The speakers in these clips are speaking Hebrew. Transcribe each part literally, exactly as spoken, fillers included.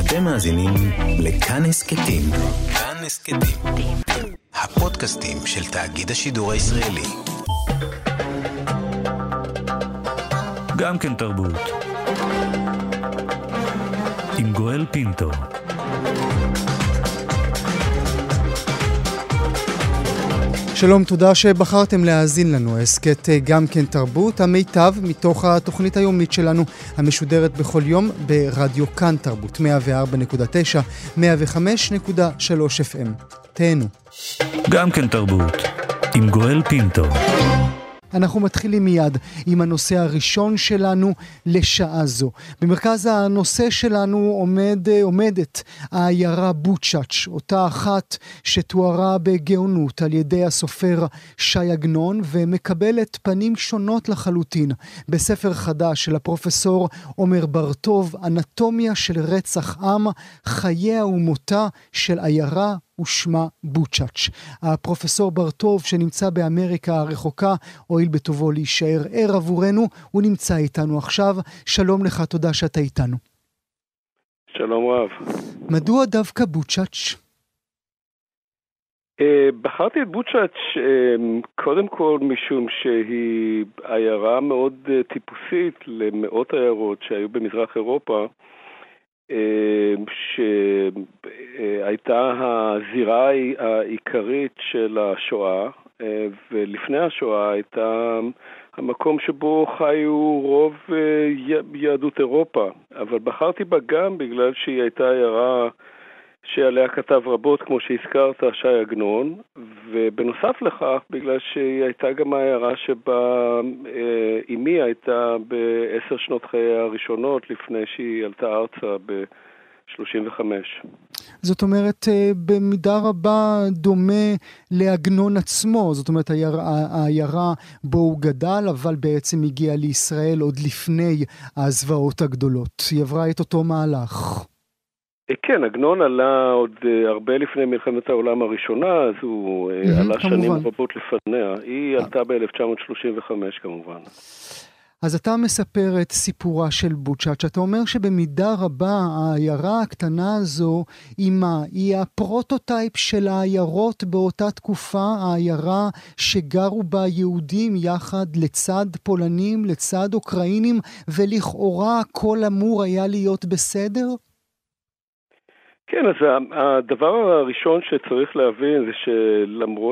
אתם מאזינים לכאן הסכתים. כאן הסכתים. הפודקאסטים של תאגיד השידור הישראלי. גם כן תרבות. עם גואל פינטו. שלום, תודה שבחרתם להאזין לנו. הסכת גם כן תרבות, המיטב מתוך התוכנית היומית שלנו, המשודרת בכל יום ברדיו כאן תרבות, מאה וארבע נקודה תשע, מאה וחמש נקודה שלוש אף אם. תהנו. גם כן תרבות, עם גואל פינטו. אנחנו מתחילים מיד עם הנושא הראשון שלנו לשעה זו. במרכז הנושא שלנו עומד, עומדת העיירה בוצ'אץ', אותה אחת שתוארה בגאונות על ידי הסופר שי עגנון, ומקבלת פנים שונות לחלוטין בספר חדש של הפרופסור עומר בר-טוב, אנטומיה של רצח עם, חייה ומותה של עיירה ושמה בוצ'אץ'. הפרופסור בר-טוב שנמצא באמריקה הרחוקה, הואיל בטובו להישאר ער עבורנו, הוא נמצא איתנו עכשיו. שלום לך, תודה שאתה איתנו. שלום רב. מדוע דווקא בוצ'אץ'? בחרתי את בוצ'אץ' קודם כל משום שהיא עיירה מאוד טיפוסית למאות עיירות שהיו במזרח אירופה, שהייתה הזירה העיקרית של השואה, ולפני השואה הייתה המקום שבו חיו רוב יהדות אירופה. אבל בחרתי בה גם בגלל שהיא הייתה עיירה שעליה כתב רבות, כמו שהזכרת, שי עגנון, ובנוסף לכך, בגלל שהיא הייתה גם העיירה שבה אמי הייתה בעשר שנות חייה הראשונות, לפני שהיא עלתה ארצה ב-שלושים וחמש. זאת אומרת, במידה רבה דומה לעגנון עצמו, זאת אומרת, העיירה בו הוא גדל, אבל בעצם הגיע לישראל עוד לפני הזוועות הגדולות. היא עברה את אותו מהלך. כן, עגנון עלה עוד הרבה לפני מלחמת העולם הראשונה, אז הוא עלה שנים רבות לפניה. היא עלתה ב-אלף תשע מאות שלושים וחמש כמובן. אז אתה מספר את סיפורה של בוצ'אץ'. אתה אומר שבמידה רבה העיירה הקטנה הזו היא מה? היא הפרוטוטייפ של העיירות באותה תקופה, העיירה שגרו בה יהודים יחד לצד פולנים, לצד אוקראינים, ולכאורה כל אמור היה להיות בסדר? כן, אז הדבר הראשון שצריך להבין זה שלמרות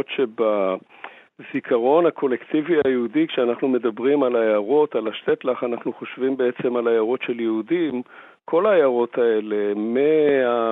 שבזיכרון הקולקטיבי היהודי, כשאנחנו מדברים על העיירות, על השטטלך, אנחנו חושבים בעצם על העיירות של יהודים. כל העיירות האלה, מה,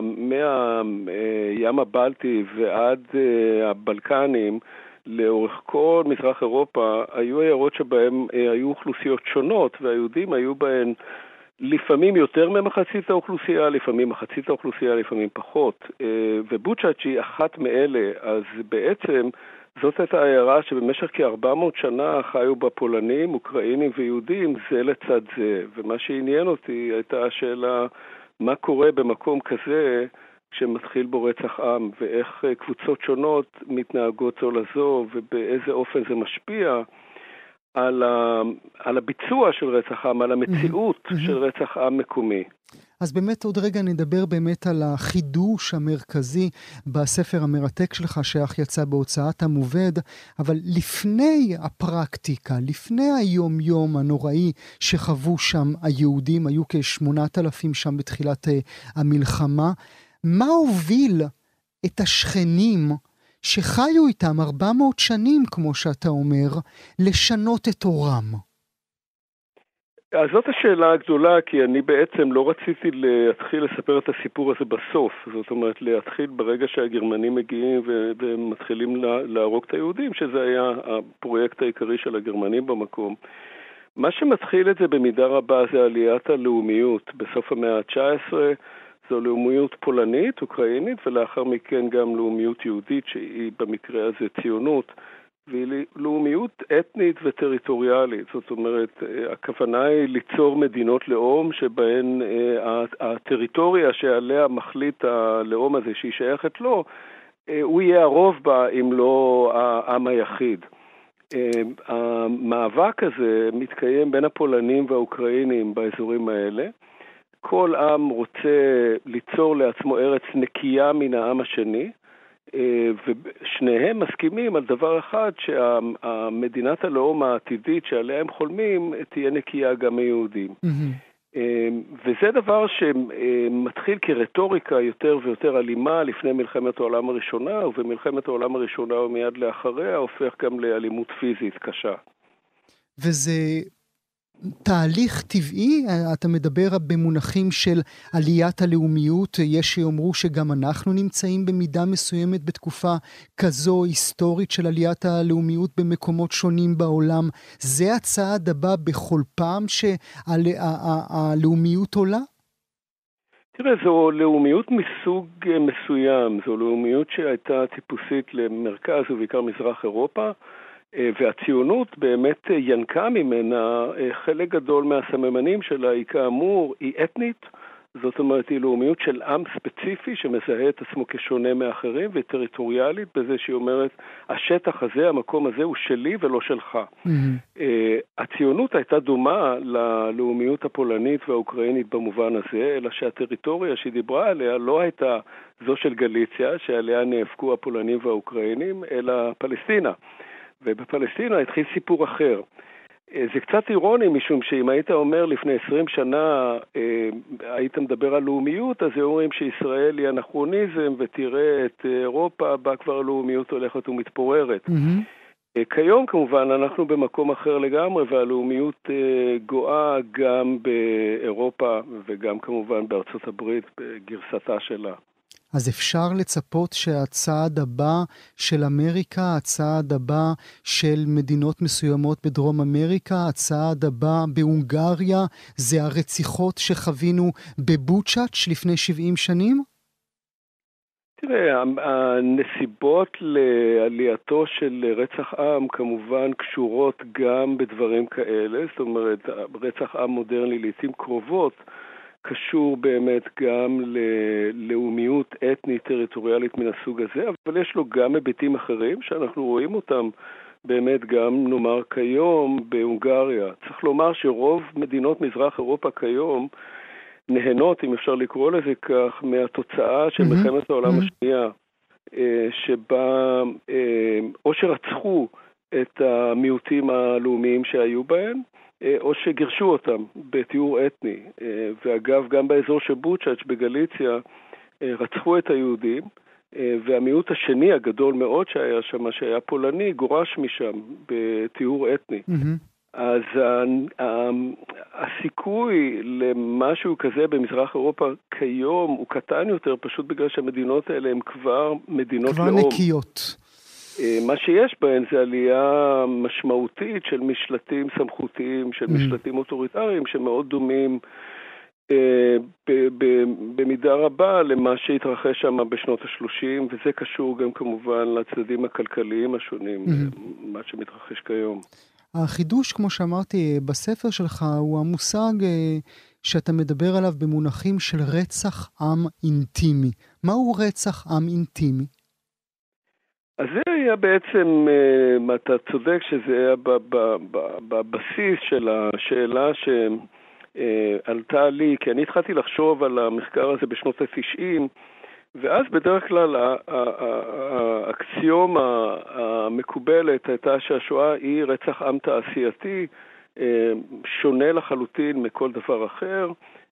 מהים הבלטי ועד הבלקנים, לאורך כל מזרח אירופה, היו עיירות שבהם היו אוכלוסיות שונות, והיהודים היו בהן לפעמים יותר ממחצית האוכלוסייה, לפעמים מחצית האוכלוסייה, לפעמים פחות. ובוצ'אץ' היא אחת מאלה, אז בעצם זאת הייתה העיירה שבמשך כ-ארבע מאות שנה חיו בה פולנים, אוקראינים ויהודים זה לצד זה. ומה שעניין אותי הייתה השאלה, מה קורה במקום כזה כשמתחיל בו רצח עם, ואיך קבוצות שונות מתנהגות זו לזו, ובאיזה אופן זה משפיע על, ה, על הביצוע של רצח עם, על המציאות mm-hmm. של רצח עם מקומי. אז באמת עוד רגע נדבר באמת על החידוש המרכזי בספר המרתק שלך, שאך יצא בהוצאת המובד, אבל לפני הפרקטיקה, לפני היום יום הנוראי שחוו שם היהודים, היו כשמונת אלפים שם בתחילת המלחמה, מה הוביל את השכנים שחיו איתם ארבע מאות שנים, כמו שאתה אומר, לשנות את אורם? אז זאת השאלה הגדולה, כי אני בעצם לא רציתי להתחיל לספר את הסיפור הזה בסוף. זאת אומרת, להתחיל ברגע שהגרמנים מגיעים ומתחילים להרוג את היהודים, שזה היה הפרויקט העיקרי של הגרמנים במקום. מה שמתחיל את זה במידה רבה זה עליית הלאומיות. בסוף המאה ה-תשע עשרה זו לאומיות פולנית, אוקראינית, ולאחר מכן גם לאומיות יהודית, שהיא במקרה הזה ציונות, והיא לאומיות אתנית וטריטוריאלית. זאת אומרת, הכוונה היא ליצור מדינות לאום, שבהן הטריטוריה שעליה מחליט הלאום הזה שהיא שייכת לו, הוא יהיה הרוב בה אם לא העם היחיד. המאבק הזה מתקיים בין הפולנים והאוקראינים באזורים האלה, כל עם רוצה ליצור לעצמו ארץ נקייה מן העם השני, ושניהם מסכימים על דבר אחד, שהמדינת הלאום העתידית שעליה הם חולמים תהיה נקייה גם מיהודים. Mm-hmm. וזה דבר שמתחיל כרטוריקה יותר ויותר אלימה לפני מלחמת העולם הראשונה, ובמלחמת העולם הראשונה ומיד לאחריה הופך גם לאלימות פיזית קשה. וזה תהליך טבעי, אתה מדבר במונחים של עליית הלאומיות, יש שיאמרו שגם אנחנו נמצאים במידה מסוימת בתקופה כזו היסטורית של עליית הלאומיות במקומות שונים בעולם. זה הצעד הבא בכל פעם שהלאומיות עולה? תראה, זו לאומיות מסוג מסוים, זו לאומיות שהייתה טיפוסית למרכז ובעיקר מזרח אירופה, והציונות באמת ינקה ממנה חלק גדול מהסממנים שלה, היא כאמור, היא אתנית, זאת אומרת היא לאומיות של עם ספציפי שמזהה את עצמו כשונה מאחרים וטריטוריאלית בזה שהיא אומרת, השטח הזה, המקום הזה הוא שלי ולא שלך. Mm-hmm. הציונות הייתה דומה ללאומיות הפולנית והאוקראינית במובן הזה, אלא שהטריטוריה שהיא דיברה עליה לא הייתה זו של גליציה, שעליה נאבקו הפולנים והאוקראינים, אלא פלסטינה. ובפלסטינה התחיל סיפור אחר. זה קצת אירוני, משום שאם היית אומר לפני עשרים שנה, היית מדבר על לאומיות, אז אומרים שישראל היא אנכרוניזם, ותראה את אירופה, בה כבר הלאומיות הולכת ומתפוררת. Mm-hmm. כיום כמובן אנחנו במקום אחר לגמרי, והלאומיות גואה גם באירופה, וגם כמובן בארצות הברית, בגרסתה שלה. אז אפשר לצפות שהצעד הבא של אמריקה, הצעד הבא של מדינות מסוימות בדרום אמריקה, הצעד הבא בהונגריה, זה הרציחות שחווינו בבוצ'אץ' לפני שבעים שנים? תראה, הנסיבות לעלייתו של רצח עם כמובן קשורות גם בדברים כאלה, זאת אומרת, רצח עם מודרני לעתים קרובות, קשור באמת גם ללאומיות אתנית טריטוריאלית מן הסוג הזה, אבל יש לו גם היבטים אחרים שאנחנו רואים אותם באמת גם נאמר כיום בהונגריה. צריך לומר שרוב מדינות מזרח אירופה כיום נהנות, אם אפשר לקרוא לזה כך, מהתוצאה של מלחמת העולם השנייה, שבה או שרצחו את המיעוטים הלאומיים שהיו בהם, או שגירשו אותם בתיאור אתני. ואגב, גם באזור של בוצ'אץ' בגליציה רצחו את היהודים, והמיעוט השני הגדול מאוד שהיה שם, שהיה פולני, גורש משם בתיאור אתני. Mm-hmm. אז הסיכוי למשהו כזה במזרח אירופה כיום הוא קטן יותר, פשוט בגלל שהמדינות האלה הן כבר מדינות כבר לאום. כבר נקיות. מה שיש בהן זה עלייה משמעותית של משלטים סמכותיים, של משלטים אוטוריטריים שמאוד דומים אה, ב- ב- במידה רבה למה שהתרחש שם בשנות ה-שלושים, וזה קשור גם כמובן לצדדים הכלכליים השונים, mm-hmm. מה שמתרחש כיום. החידוש, כמו שאמרתי, בספר שלך הוא המושג אה, שאתה מדבר עליו במונחים של רצח עם אינטימי. מהו רצח עם אינטימי? אז זה היה בעצם, אתה צודק שזה היה בבסיס של השאלה שעלתה לי, כי אני התחלתי לחשוב על המחקר הזה בשנות ה-תשעים, ואז בדרך כלל האקסיומה המקובלת הייתה שהשואה היא רצח עם תעשייתי, שונה לחלוטין מכל דבר אחר,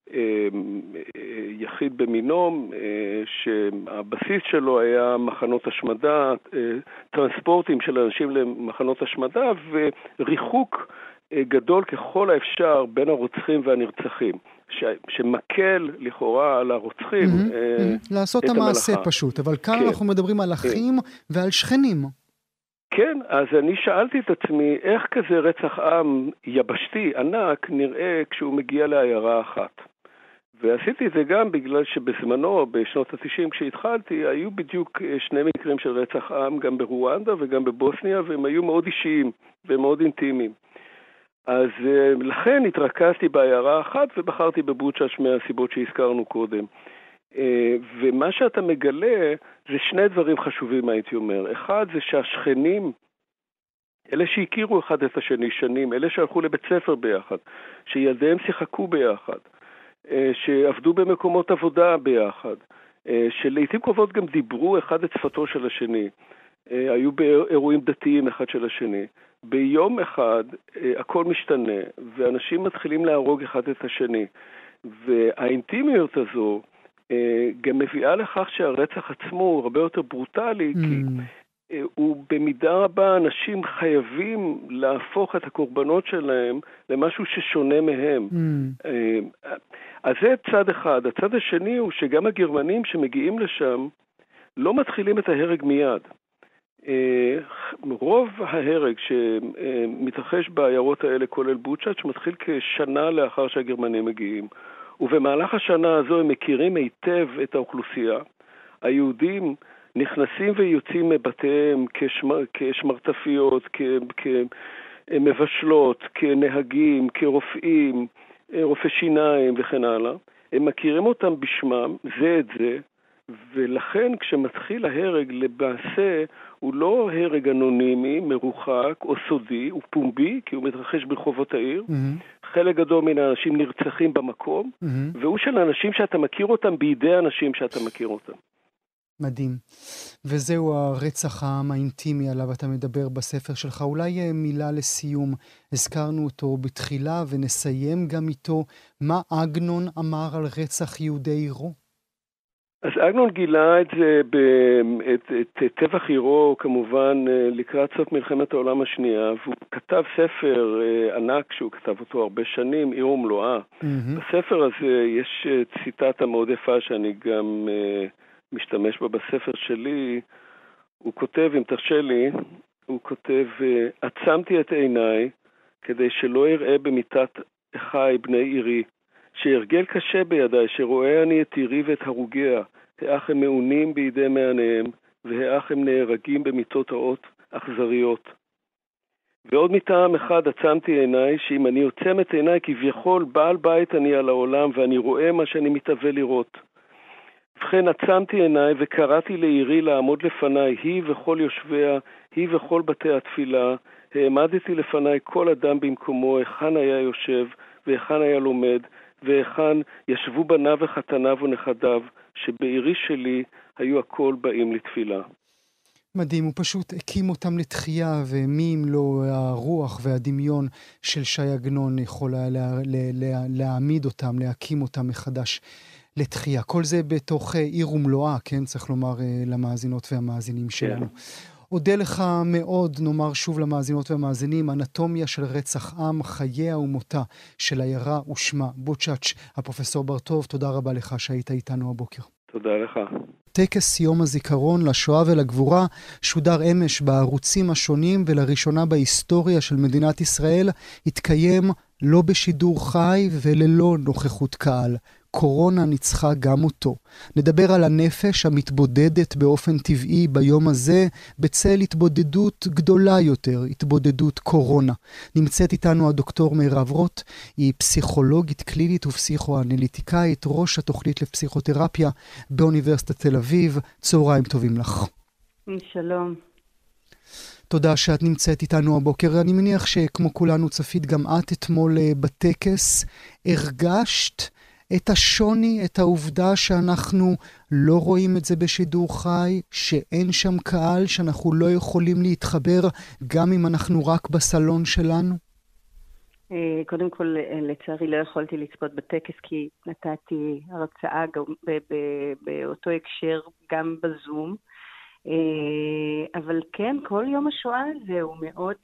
יחיד במינו, שהבסיס שלו היה מחנות השמדה, טרנספורטים של אנשים למחנות השמדה, וריחוק גדול ככל האפשר בין הרוצחים והנרצחים, שמקל לכאורה על הרוצחים לעשות את המעשה פשוט, אבל כאן אנחנו מדברים על אחים ועל שכנים. כן, אז אני שאלתי את עצמי, איך כזה רצח עם יבשתי, ענק, נראה כשהוא מגיע לעיירה אחת. ועשיתי את זה גם בגלל שבזמנו, בשנות ה-תשעים כשהתחלתי, היו בדיוק שני מקרים של רצח עם, גם ברואנדה וגם בבוסניה, והם היו מאוד אישיים ומאוד אינטימיים. אז לכן התרכזתי בעיירה אחת ובחרתי בבוצ'אץ' מהסיבות שהזכרנו קודם. ומה שאתה מגלה זה שני דברים חשובים, הייתי אומר. אחד זה שהשכנים, אלה שהכירו אחד את השני שנים, אלה שהלכו לבית ספר ביחד, שילדיהם שיחקו ביחד, שעבדו במקומות עבודה ביחד, שלעיתים קרובות גם דיברו אחד את שפתו של השני, היו באירועים דתיים אחד של השני. ביום אחד הכל משתנה, ואנשים מתחילים להרוג אחד את השני. והאינטימיות הזו גם מביאה לכך שהרצח עצמו הוא הרבה יותר ברוטלי, mm. כי הוא במידה רבה אנשים חייבים להפוך את הקורבנות שלהם למשהו ששונה מהם. Mm. אז זה צד אחד. הצד השני הוא שגם הגרמנים שמגיעים לשם לא מתחילים את ההרג מיד. רוב ההרג שמתרחש בעיירות האלה, כולל בוצ'אץ', מתחיל כשנה לאחר שהגרמנים מגיעים. ובמהלך השנה הזו הם מכירים היטב את האוכלוסייה. היהודים נכנסים ויוצאים מבתיהם כשמר, כשמרטפיות, כמבשלות, כנהגים, כרופאים, רופאי שיניים וכן הלאה. הם מכירים אותם בשמם, זה את זה, ולכן כשמתחיל ההרג למעשה הוא לא הרג אנונימי, מרוחק או סודי, הוא פומבי, כי הוא מתרחש ברחובות העיר. Mm-hmm. חלק גדול מן האנשים נרצחים במקום, mm-hmm. והוא של אנשים שאתה מכיר אותם בידי אנשים שאתה מכיר אותם. מדהים. וזהו הרצח העם האינטימי עליו אתה מדבר בספר שלך. אולי מילה לסיום, הזכרנו אותו בתחילה ונסיים גם איתו. מה עגנון אמר על רצח יהודי עירו? אז עגנון גילה את זה, את, את טבח עירו כמובן לקראת סוף מלחמת העולם השנייה, והוא כתב ספר ענק שהוא כתב אותו הרבה שנים, עיר ומלואה. Mm-hmm. בספר הזה יש ציטטה מאוד יפה שאני גם משתמש בה בספר שלי. הוא כותב, אם תרשה לי, הוא כותב, עצמתי את עיניי כדי שלא אראה במיטת אחי בני עירי, שהרגל קשה בידי, שרואה אני את עירי ואת הרוגיה, האח הם מעונים בידי מעניהם, והאח הם נהרגים במיטות רעות אכזריות. ועוד מטעם אחד עצמתי עיניי, שאם אני עוצם את עיניי כביכול בעל בית אני על העולם, ואני רואה מה שאני מתאווה לראות. ובכן עצמתי עיניי וקראתי לעירי לעמוד לפניי, היא וכל יושביה, היא וכל בתי התפילה, העמדתי לפניי כל אדם במקומו, היכן היה יושב והיכן היה לומד, והיכן ישבו בניו וחתניו ונכדיו, שבעירי שלי היו הכל באים לתפילה. מדהים, הוא פשוט הקים אותם לתחייה, ומי אם לא הרוח והדמיון של שי עגנון יכול היה לה, לה, לה, להעמיד אותם, להקים אותם מחדש לתחייה. כל זה בתוך עיר ומלואה, כן? צריך לומר למאזינות והמאזינים שלנו. כן. אודה לך מאוד, נאמר שוב למאזינות והמאזינים, אנטומיה של רצח עם, חייה ומותה של עיירה ושמה בוצ'אץ'. הפרופסור בר-טוב, תודה רבה לך שהיית איתנו הבוקר. תודה לך. טקס יום הזיכרון לשואה ולגבורה שודר אמש בערוצים השונים, ולראשונה בהיסטוריה של מדינת ישראל התקיים לא בשידור חי וללא נוכחות קהל. קורונה ניצחה גם אותו. נדבר על הנפש המתבודדת באופן טבעי ביום הזה, בצל התבודדות גדולה יותר, התבודדות קורונה. נמצאת איתנו הדוקטור מירב רוט, היא פסיכולוגית קלינית ופסיכואנליטיקאית, ראש התוכנית לפסיכותרפיה באוניברסיטת תל אביב. צהריים טובים לך. שלום. תודה שאת נמצאת איתנו הבוקר. אני מניח שכמו כולנו צפית גם את אתמול בטקס. הרגשת את השוני, את העובדה שאנחנו לא רואים את זה בשידור חי, שאין שם קהל, שאנחנו לא יכולים להתחבר גם אם אנחנו רק בסלון שלנו? קודם כל, לצערי לא יכולתי לצפות בטקס כי נתתי הרצאה באותו הקשר גם בזום. אבל כן, כל יום השואה הזה הוא מאוד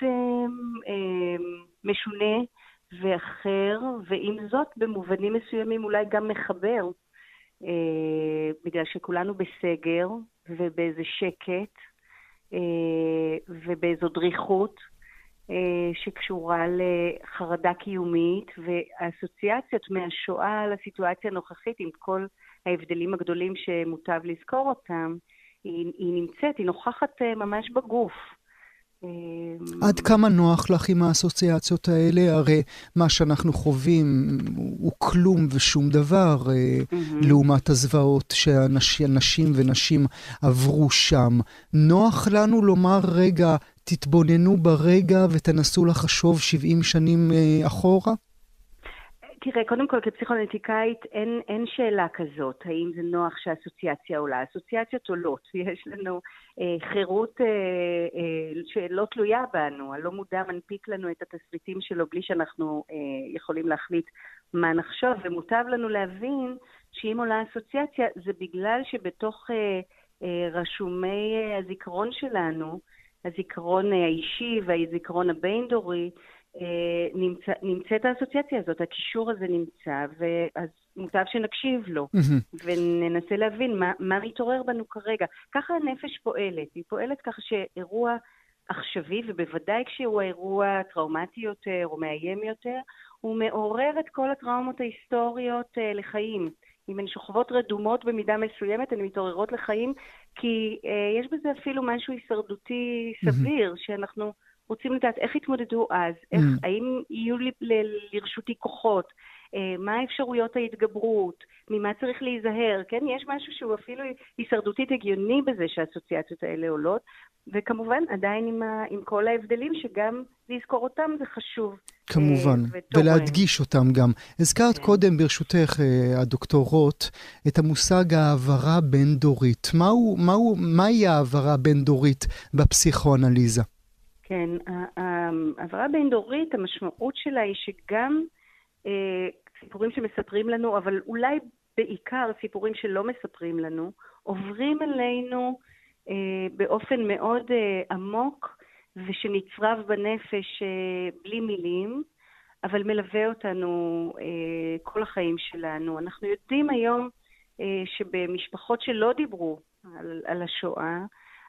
משונה ואחר, ועם זאת במובנים מסוימים אולי גם מחבר, אה, בגלל שכולנו בסגר ובאיזה שקט אה, ובאיזו דריכות אה, שקשורה לחרדה קיומית, והאסוציאציות מהשואה לסיטואציה הנוכחית עם כל ההבדלים הגדולים שמוטב לזכור אותם, היא, היא נמצאת, היא נוכחת אה, ממש בגוף. עד כמה נוח לך עם האסוציאציות האלה? הרי מה שאנחנו חווים הוא כלום ושום דבר mm-hmm. לעומת הזוועות שאנשים ונשים עברו שם. נוח לנו לומר רגע, תתבוננו ברגע ותנסו לחשוב שבעים שנים אחורה? תראה, קודם כל כפסיכואנליטיקאית אין, אין שאלה כזאת, האם זה נוח שהאסוציאציה עולה. אסוציאציות עולות, יש לנו אה, חירות אה, אה, שלא תלויה בנו, הלא מודע מנפיק לנו את התסריטים שלו בלי שאנחנו אה, יכולים להחליט מה נחשוב, ומוטב לנו להבין שאם עולה אסוציאציה זה בגלל שבתוך אה, אה, רשומי אה, הזיכרון שלנו, הזיכרון אה, האישי והזיכרון הבין-דורי, נמצא, נמצאת האסוציאציה הזאת, הקישור הזה נמצא, ואז מוטב שנקשיב לו, וננסה להבין מה, מה מתעורר בנו כרגע. ככה הנפש פועלת, היא פועלת ככה שאירוע עכשווי, ובוודאי כשהוא האירוע טראומטי יותר או מאיים יותר, הוא מעורר את כל הטראומות ההיסטוריות לחיים. אם הן שוכבות רדומות במידה מסוימת, הן מתעוררות לחיים, כי יש בזה אפילו משהו הישרדותי סביר, שאנחנו רוצים לדעת איך התמודדו אז, איך, mm. האם יהיו לי, ל, לרשותי כוחות, אה, מה האפשרויות ההתגברות, ממה צריך להיזהר, כן? יש משהו שהוא אפילו הישרדותית הגיוני בזה שהאסוציאציות האלה עולות, וכמובן עדיין עם, ה, עם כל ההבדלים שגם לזכור אותם זה חשוב. כמובן, אה, ולהדגיש אותם גם. הזכרת כן. קודם ברשותך, אה, הדוקטור רוט, את המושג העברה בין-דורית. מהו, מהו, מהי העברה בין-דורית בפסיכואנליזה? כן, העברה בין-דורית, המשמעות שלה היא שגם אה, סיפורים שמספרים לנו, אבל אולי בעיקר סיפורים שלא מספרים לנו, עוברים אלינו אה, באופן מאוד אה, עמוק ושנצרב בנפש אה, בלי מילים, אבל מלווה אותנו אה, כל החיים שלנו. אנחנו יודעים היום אה, שבמשפחות שלא דיברו על, על השואה,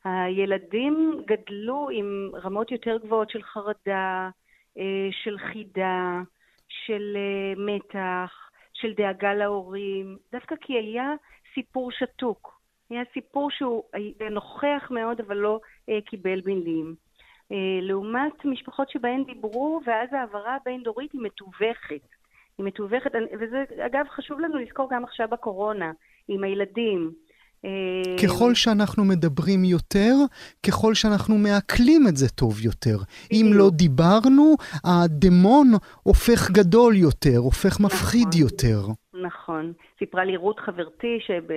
הילדים גדלו עם רמות יותר גבוהות של חרדה, של חידה, של מתח, של דאגה להורים, דווקא כי היה סיפור שתוק. היה סיפור שהוא נוכח מאוד אבל לא קיבל מילים. לעומת משפחות שבהן דיברו, ואז העברה הבין-דורית היא מתווכת. היא מתווכת, וזה אגב חשוב לנו לזכור גם עכשיו בקורונה, עם הילדים. ככל שאנחנו מדברים יותר, ככל שאנחנו מעכלים את זה טוב יותר. אם לא דיברנו, הדמון הופך גדול יותר, הופך מפחיד יותר. נכון. סיפרה לי רות חברתי,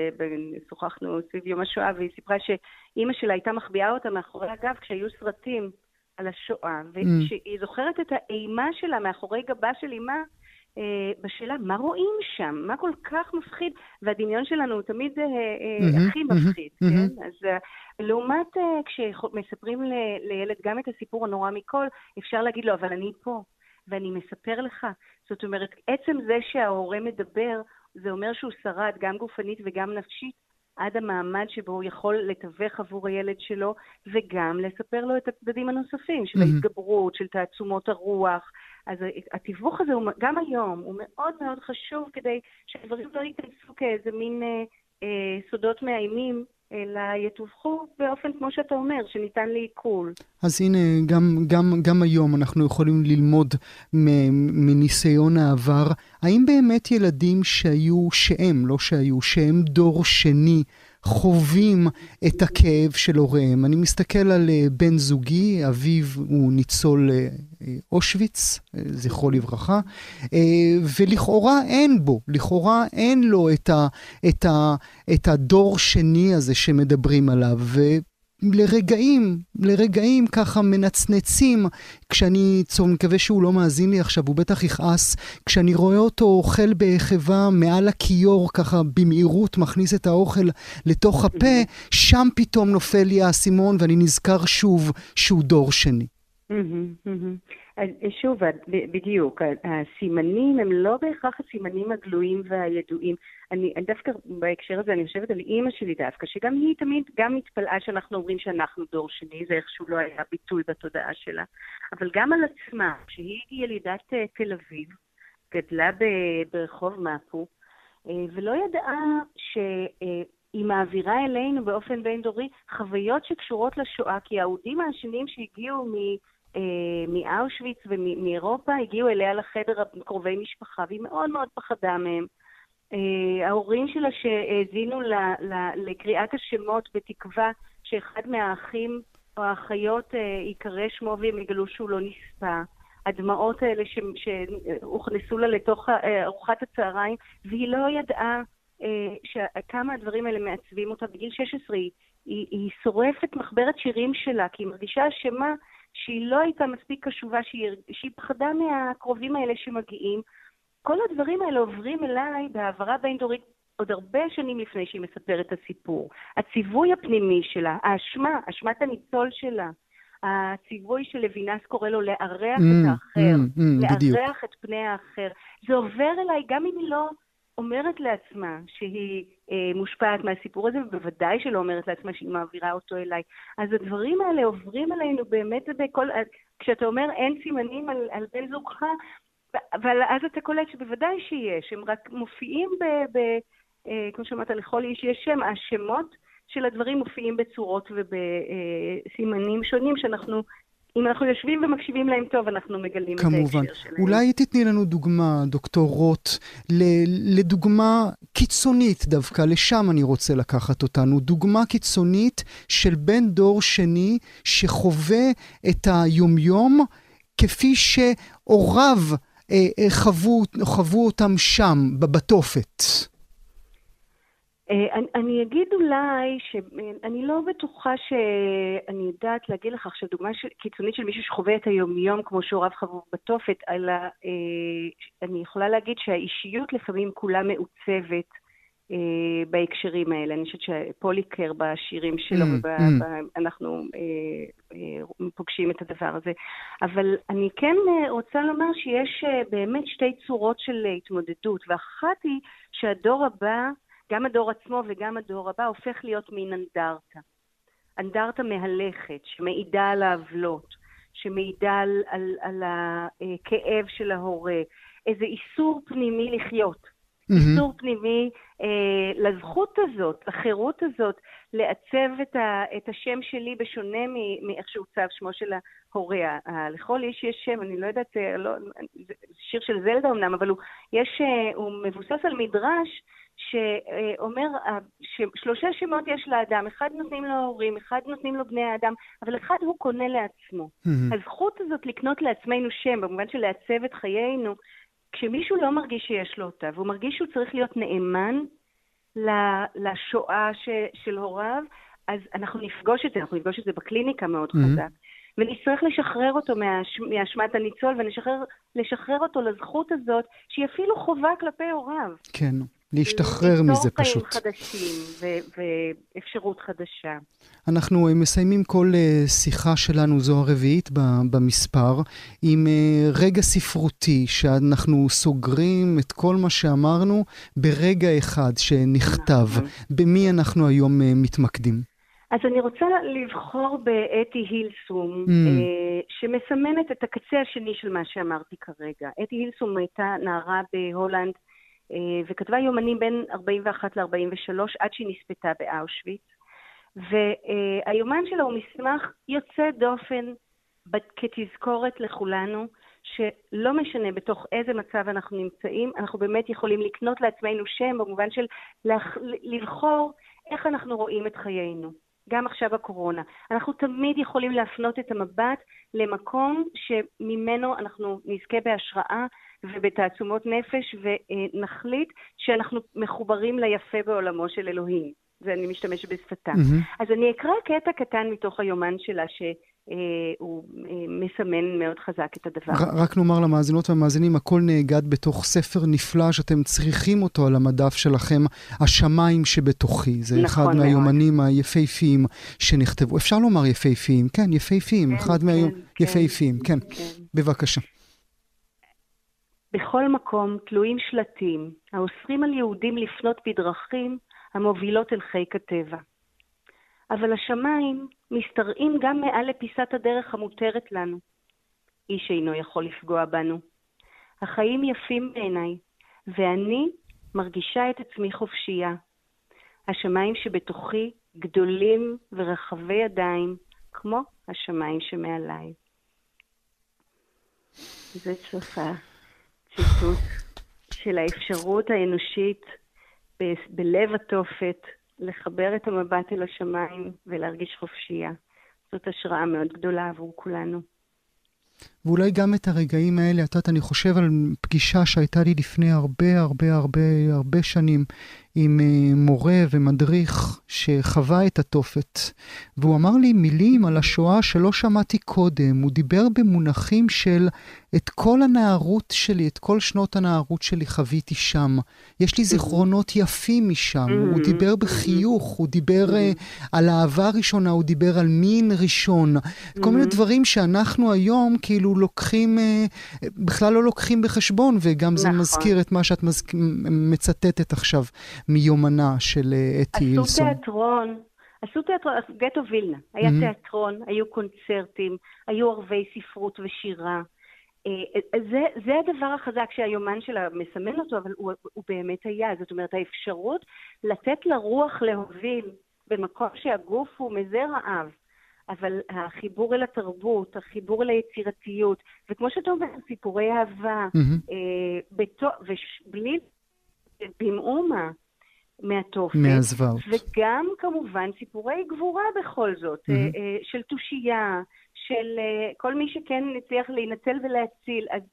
ששוחחנו סביב יום השואה, והיא סיפרה שאימא שלה הייתה מחביאה אותה מאחורי הגב כשהיו סרטים על השואה, והיא זוכרת את האימה שלה מאחורי גבה של אימה, בשאלה, מה רואים שם? מה כל כך מפחיד? והדמיון שלנו הוא תמיד הכי מפחיד, כן? אז לעומת כשמספרים לילד גם את הסיפור הנורא מכל, אפשר להגיד לו, אבל אני פה, ואני מספר לך. זאת אומרת, עצם זה שההורה מדבר, זה אומר שהוא שרד גם גופנית וגם נפשית, עד המעמד שבו הוא יכול לתווך עבור הילד שלו, וגם לספר לו את הצדדים הנוספים, של ההתגברות, של תעצומות הרוח. אז התיווך הזה, הוא, גם היום, הוא מאוד מאוד חשוב כדי שהדברים לא ייכנסו כאיזה מין אה, אה, סודות מאיימים, אלא יתווכו באופן, כמו שאתה אומר, שניתן לעיכול. אז הנה, גם, גם, גם היום אנחנו יכולים ללמוד מניסיון העבר. האם באמת ילדים שהיו, שהם, לא שהיו, שהם דור שני, חווים את הכאב של הוריהם? אני מסתכל על בן זוגי, אביו הוא ניצול אושוויץ, זכרו לברכה, ולכאורה אין בו, לכאורה אין לו את, ה, את, ה, את הדור שני הזה שמדברים עליו, ולרגעים, לרגעים ככה מנצנצים, כשאני מקווה שהוא לא מאזין לי עכשיו, הוא בטח יכעס, כשאני רואה אותו אוכל בחבה מעל הכיור, ככה במהירות מכניס את האוכל לתוך הפה, שם פתאום נופל לי האסימון, ואני נזכר שוב שהוא דור שני. שוב, בדיוק, הסימנים הם לא בהכרח הסימנים הגלויים והידועים. אני דווקא בהקשר הזה, אני חושבת על אימא שלי דווקא, שגם היא תמיד גם מתפלאה שאנחנו אומרים שאנחנו דור שני, זה איכשהו לא היה ביטוי בתודעה שלה. אבל גם על עצמה, שהיא ילידת תל אביב, גדלה ברחוב מפו, ולא ידעה שהיא מעבירה אלינו באופן בין דורי חוויות שקשורות לשואה, כי העודים השניים שהגיעו מ... מאושוויץ ומאירופה הגיעו אליה לחדר קרובי משפחה, והיא מאוד מאוד פחדה מהם. ההורים שלה שהזינו לקריאת השמות בתקווה שאחד מהאחים או האחיות יקרא שמו והם יגלו שהוא לא נספה. הדמעות האלה ש, שהוכנסו לה לתוך ארוחת הצהריים, והיא לא ידעה כמה הדברים האלה מעצבים אותה. בגיל שש עשרה היא, היא, היא שורפת מחברת שירים שלה, כי היא מרגישה אשמה שהיא לא הייתה מספיק קשובה, שהיא, שהיא פחדה מהקרובים האלה שמגיעים. כל הדברים האלה עוברים אליי בהעברה בין-דורית עוד הרבה שנים לפני שהיא מספרת את הסיפור. הציווי הפנימי שלה, האשמה, אשמת הניצול שלה, הציווי של לוינס קורא לו לארח mm, את האחר, mm, mm, לארח את פני האחר. זה עובר אליי גם אם היא לא אומרת לעצמה שהיא אה, מושפעת מהסיפור הזה, ובוודאי שלא אומרת לעצמה שהיא מעבירה אותו אליי. אז הדברים האלה עוברים עלינו באמת בכל... כשאתה אומר אין סימנים על, על בן זוגך, אבל אז אתה קולט שבוודאי שיש, הם רק מופיעים ב... ב אה, כמו שאמרת, לכל איש יש שם, השמות של הדברים מופיעים בצורות ובסימנים שונים שאנחנו... אם אנחנו יושבים ומקשיבים להם טוב, אנחנו מגלים כמובן. את ההקשר שלהם. אולי תתני לנו דוגמה, דוקטור רוט, לדוגמה קיצונית דווקא, לשם אני רוצה לקחת אותנו, דוגמה קיצונית של בן דור שני שחווה את היומיום כפי שהוריו אה, חוו, חוו אותם שם, בתופת. אני, אני אגיד אולי שאני לא בטוחה שאני יודעת להגיד לך עכשיו דוגמה של, קיצונית של מישהו שחווה את היומיום כמו שהוריו חוו בתופת, אלא אה, אני יכולה להגיד שהאישיות לפעמים כולה מעוצבת אה, בהקשרים האלה. אני חושבת שפוליקר בשירים שלו, mm, ובא, mm. בא, אנחנו אה, אה, פוגשים את הדבר הזה. אבל אני כן רוצה לומר שיש אה, באמת שתי צורות של התמודדות, ואחת היא שהדור הבא, גם הדור עצמו וגם הדור הבא הופך להיות מין אנדרטה. אנדרטה מהלכת, שמעידה על העוולות, שמעידה על, על, על הכאב של ההורה, איזה איסור פנימי לחיות. Mm-hmm. איסור פנימי אה, לזכות הזאת, לחירות הזאת, לעצב את, ה, את השם שלי בשונה מאיך שעוצב שמו של ההורה. לכל איש יש שם, אני לא יודעת, לא, זה שיר של זלדה אמנם, אבל הוא, יש, הוא מבוסס על מדרש, שאומר ששלושה שמות יש לאדם, אחד נותנים לו הורים, אחד נותנים לו בני האדם, אבל אחד הוא קונה לעצמו. Mm-hmm. הזכות הזאת לקנות לעצמנו שם, במובן של לעצב את חיינו, כשמישהו לא מרגיש שיש לו אותה, והוא מרגיש שהוא צריך להיות נאמן לשואה ש, של הוריו, אז אנחנו נפגוש את זה, אנחנו נפגוש את זה בקליניקה מאוד mm-hmm. חזק. ונצטרך לשחרר אותו מהש... מהאשמת הניצול, ונשחרר אותו לזכות הזאת, שהיא אפילו חובה כלפי הוריו. כן. להשתחרר מזה פשוט. חיים חדשים ו- ואפשרות חדשה. אנחנו מסיימים כל שיחה שלנו, זו הרביעית במספר, עם רגע ספרותי, שאנחנו סוגרים את כל מה שאמרנו ברגע אחד שנכתב. במי אנחנו היום מתמקדים? אז אני רוצה לבחור באתי הילסום, mm. שמסמנת את הקצה השני של מה שאמרתי כרגע. אתי הילסום הייתה נערה בהולנד, וכתבה יומנים בין ארבעים ואחת ל-ארבעים ושלוש עד שהיא נספתה באושוויץ. והיומן שלה הוא מסמך יוצא דופן כתזכורת לכולנו, שלא משנה בתוך איזה מצב אנחנו נמצאים, אנחנו באמת יכולים לקנות לעצמנו שם במובן של לבחור איך אנחנו רואים את חיינו. גם עכשיו בקורונה. אנחנו תמיד יכולים להפנות את המבט למקום שממנו אנחנו נזכה בהשראה ובתעצומות נפש, ונחליט שאנחנו מחוברים ליפה בעולמו של אלוהים. זה אני משתמש בשפתה. Mm-hmm. אז אני אקרא קטע קטן מתוך היומן שלה, שהוא מסמן מאוד חזק את הדבר. רק נאמר למאזינות והמאזינים, הכל נאגד בתוך ספר נפלא שאתם צריכים אותו על המדף שלכם, השמיים שבתוכי. זה נכון אחד מהיומנים מאוד. היפהפיים שנכתבו. אפשר לומר יפהפיים? כן, יפהפיים. כן, אחד כן, מהיום... כן, יפהפיים, כן. כן. כן. בבקשה. בכל מקום תלויים שלטים, האוסרים על יהודים לפנות בדרכים המובילות אל חיק הטבע. אבל השמיים מסתרעים גם מעל לפיסת הדרך המותרת לנו. איש אינו יכול לפגוע בנו. החיים יפים בעיניי, ואני מרגישה את עצמי חופשייה. השמיים שבתוכי גדולים ורחבי ידיים, כמו השמיים שמעליי. זה צופה, ציטוט של האפשרות האנושית ב- בלב התופת, לחבר את המבט אל השמיים ולהרגיש חופשייה. זאת השראה מאוד גדולה עבור כולנו. ואולי גם את הרגעים האלה, את יודעת, אני חושב על פגישה שהייתה לי לפני הרבה הרבה הרבה הרבה שנים, עם מורה ומדריך שחווה את התופת, והוא אמר לי מילים על השואה שלא שמעתי קודם. הוא דיבר במונחים של את כל הנערות שלי, את כל שנות הנערות שלי חוויתי שם. יש לי זיכרונות יפים משם. הוא דיבר בחיוך, הוא דיבר על אהבה ראשונה, הוא דיבר על מין ראשון. כל מיני דברים שאנחנו היום כאילו לוקחים, בכלל לא לוקחים בחשבון, וגם זה מזכיר את מה שאת מצטטת עכשיו. מיומנה של אתי אילסון. עשו תיאטרון, עשו תיאטרון, גטו וילנה, היה mm-hmm. תיאטרון, היו קונצרטים, היו ערבי ספרות ושירה. זה, זה הדבר החזק שהיומן שלה מסמן אותו, אבל הוא, הוא באמת היה. זאת אומרת, האפשרות לתת לרוח להוביל במקום שהגוף הוא מזה רעב, אבל החיבור אל התרבות, החיבור אל היצירתיות, וכמו שאתה אומר, סיפורי אהבה, mm-hmm. אה, בתו, ובלי במאומה, מהתופת, מהזוועות. וגם כמובן סיפורי גבורה בכל זאת, mm-hmm. של תושייה, של כל מי שכן נצליח להינצל ולהציל. אז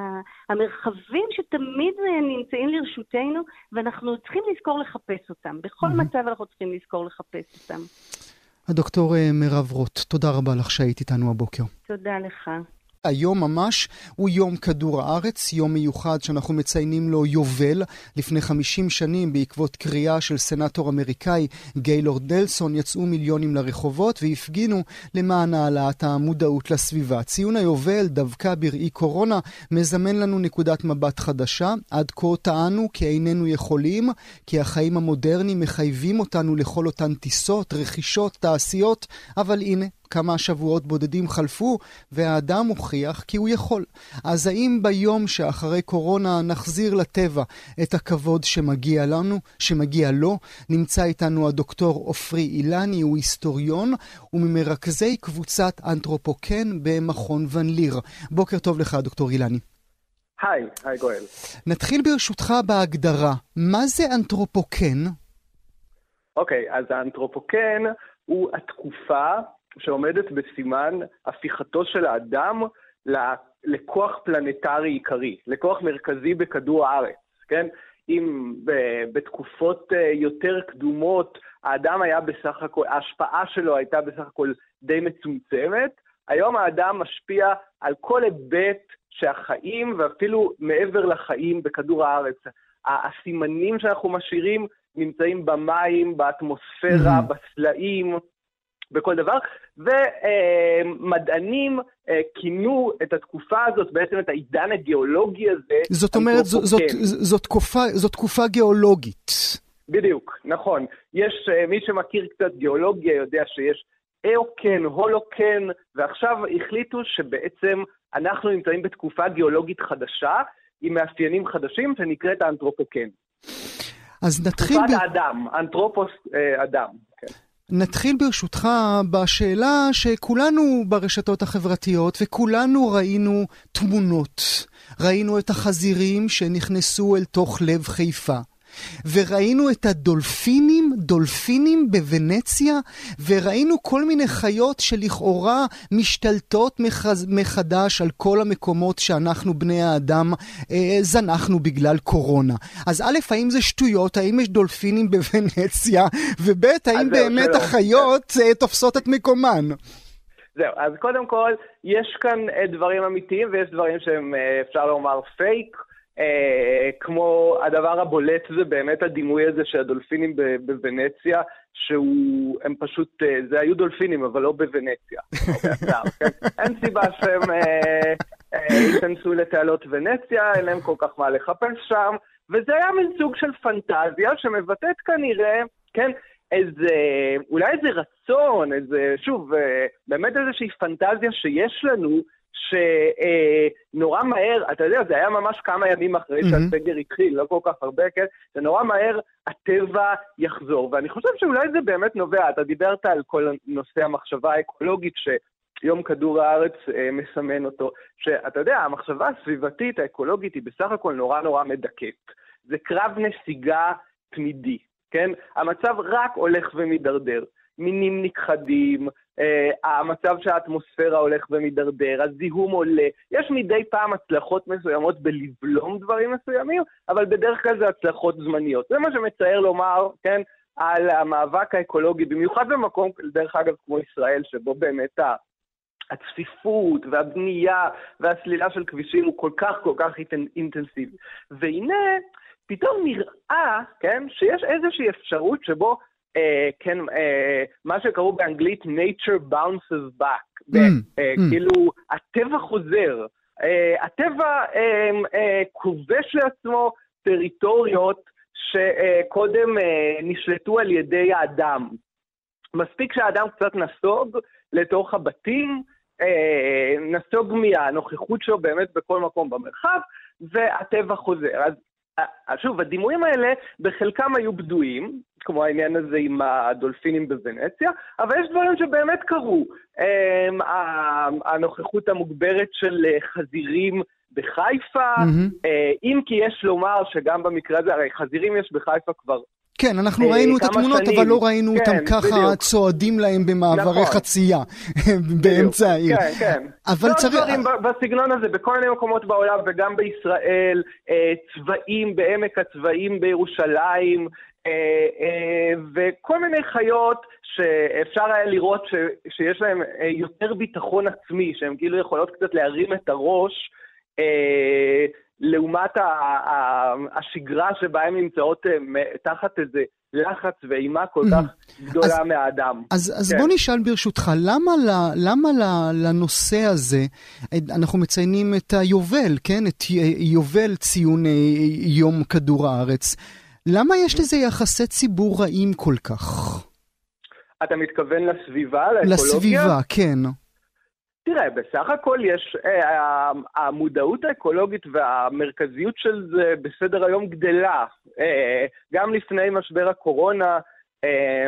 המרחבים שתמיד נמצאים לרשותנו, ואנחנו צריכים לזכור לחפש אותם. בכל mm-hmm. מצב אנחנו צריכים לזכור לחפש אותם. הדוקטור מירב רוט, תודה רבה לך שהיית איתנו הבוקר. תודה לך. היום ממש הוא יום כדור הארץ, יום מיוחד שאנחנו מציינים לו יובל. לפני חמישים שנים בעקבות קריאה של סנטור אמריקאי גיילורד נלסון יצאו מיליונים לרחובות והפגינו למען העלאת המודעות לסביבה. ציון היובל דווקא בראי קורונה מזמן לנו נקודת מבט חדשה. עד כה טענו כי איננו יכולים, כי החיים המודרניים מחייבים אותנו לכל אותן טיסות, רכישות, תעשיות, אבל הנה כמה שבועות בודדים חלפו, והאדם הוכיח כי הוא יכול. אז האם ביום שאחרי קורונה נחזיר לטבע את הכבוד שמגיע לנו, שמגיע לו? נמצא איתנו הדוקטור עופרי אילני, הוא היסטוריון, וממרכזי קבוצת אנתרופוקן במכון ון ליר. בוקר טוב לך, דוקטור אילני. היי, היי גואל. נתחיל ברשותך בהגדרה. מה זה אנתרופוקן? אוקיי, אז האנתרופוקן הוא התקופה שעומדת בסימן הפיכתו של האדם לכוח פלנטרי עיקרי, לכוח מרכזי בכדור הארץ, כן? אם בתקופות יותר קדומות האדם היה בסך הכל, ההשפעה שלו הייתה בסך הכל די מצומצמת, היום האדם משפיע על כל היבט שהחיים ואפילו מעבר לחיים בכדור הארץ. הסימנים שאנחנו משאירים נמצאים במים, באטמוספירה, mm-hmm. בסלעים, בכל דבר, ומדענים כינו את התקופה הזאת, בעצם את העידן הגיאולוגי הזה. זאת אומרת, זאת, זאת, זאת, תקופה, זאת תקופה גיאולוגית. בדיוק, נכון. יש, מי שמכיר קצת גיאולוגיה יודע שיש איוקן, הולוקן, ועכשיו החליטו שבעצם אנחנו נמצאים בתקופה גיאולוגית חדשה, עם מאפיינים חדשים, שנקראת האנתרופוקן. אז נתחיל... תקופת ב... האדם, אנתרופוס אדם, כן. נתחיל ברשותך בשאלה שכולנו ברשתות החברתיות וכולנו ראינו תמונות. ראינו את החזירים שנכנסו אל תוך לב חיפה. וראינו את הדולפינים, דולפינים בוונציה, וראינו כל מיני חיות שלכאורה משתלטות מחז... מחדש על כל המקומות שאנחנו בני האדם אה, זנחנו בגלל קורונה. אז א', האם זה שטויות? האם יש דולפינים בוונציה? וב', האם באמת שלא. החיות אה, תופסות את מקומן? זהו, אז קודם כל, יש כאן דברים אמיתיים ויש דברים שהם, אפשר לומר, פייק. Uh, כמו הדבר הבולט זה באמת הדימוי הזה של הדולפינים בוונציה, שהוא, הם פשוט, uh, זה היו דולפינים, אבל לא בוונציה. אין סיבה שהם ייכנסו לתעלות ונציה, אין להם כל כך מה לחפש שם, וזה היה מין סוג של פנטזיה שמבטאת כנראה, כן, איזה, אולי איזה רצון, איזה, שוב, uh, באמת איזושהי פנטזיה שיש לנו, שנורא מהר, אתה יודע, זה היה ממש כמה ימים אחרי שהסגר התחיל, לא כל כך הרבה, כן? שנורא מהר הטבע יחזור, ואני חושב שאולי זה באמת נובע, אתה דיברת על כל נושא המחשבה האקולוגית שיום כדור הארץ אה, מסמן אותו, שאתה יודע, המחשבה הסביבתית האקולוגית היא בסך הכל נורא נורא מדכאת, זה קרב נסיגה תמידי, כן? המצב רק הולך ומדרדר, מינים נכחדים, המצב שהאטמוספירה הולך ומדרדר, הזיהום עולה, יש מדי פעם הצלחות מסוימות בלבלום דברים מסוימים, אבל בדרך כלל זה הצלחות זמניות. זה מה שמצער לומר, כן, על המאבק האקולוגי, במיוחד במקום, דרך אגב, כמו ישראל, שבו באמת הצפיפות והבנייה והסלילה של כבישים הוא כל כך כל כך אינטנסיבי. והנה, פתאום נראה, כן, שיש איזושהי אפשרות שבו, אה, כן, אה, מה שקראו באנגלית nature bounces back, mm, אה, mm. כאילו, הטבע חוזר, אה, הטבע אה, אה, כובש לעצמו טריטוריות שקודם אה, נשלטו על ידי האדם. מספיק שהאדם קצת נסוג לתוך הבתים, אה, נסוג מהנוכחות שלו באמת בכל מקום במרחב, והטבע חוזר. אז שוב, הדימויים האלה בחלקם היו בדויים, כמו העניין הזה עם הדולפינים בוונציה, אבל יש דברים שבאמת קרו. הנוכחות המוגברת של חזירים בחיפה, אם כי יש לומר שגם במקרה הזה, הרי חזירים יש בחיפה כבר כן, אנחנו ראינו את התמונות, אבל לא ראינו אותם ככה צועדים להם במעברי חצייה באמצע העיר. כן, כן. אבל צריך... בסגנון הזה, בכל מיני מקומות בעולם, וגם בישראל, צבעים בעמק הצבעים בירושלים, וכל מיני חיות שאפשר היה לראות שיש להם יותר ביטחון עצמי, שהן כאילו יכולות קצת להרים את הראש, לעומת השגרה שבה הן נמצאות תחת איזה לחץ ואימה כל כך גדולה מהאדם. אז בוא נשאל ברשותך, למה לנושא הזה, אנחנו מציינים את היובל, כן? את יובל ציון יום כדור הארץ. למה יש לזה יחסי ציבור רעים כל כך? אתה מתכוון לסביבה, לאקולוגיה? לסביבה, כן. תראה, בסך הכל יש, אה, המודעות האקולוגית והמרכזיות של זה בסדר היום גדלה. אה, גם לפני משבר הקורונה, אה,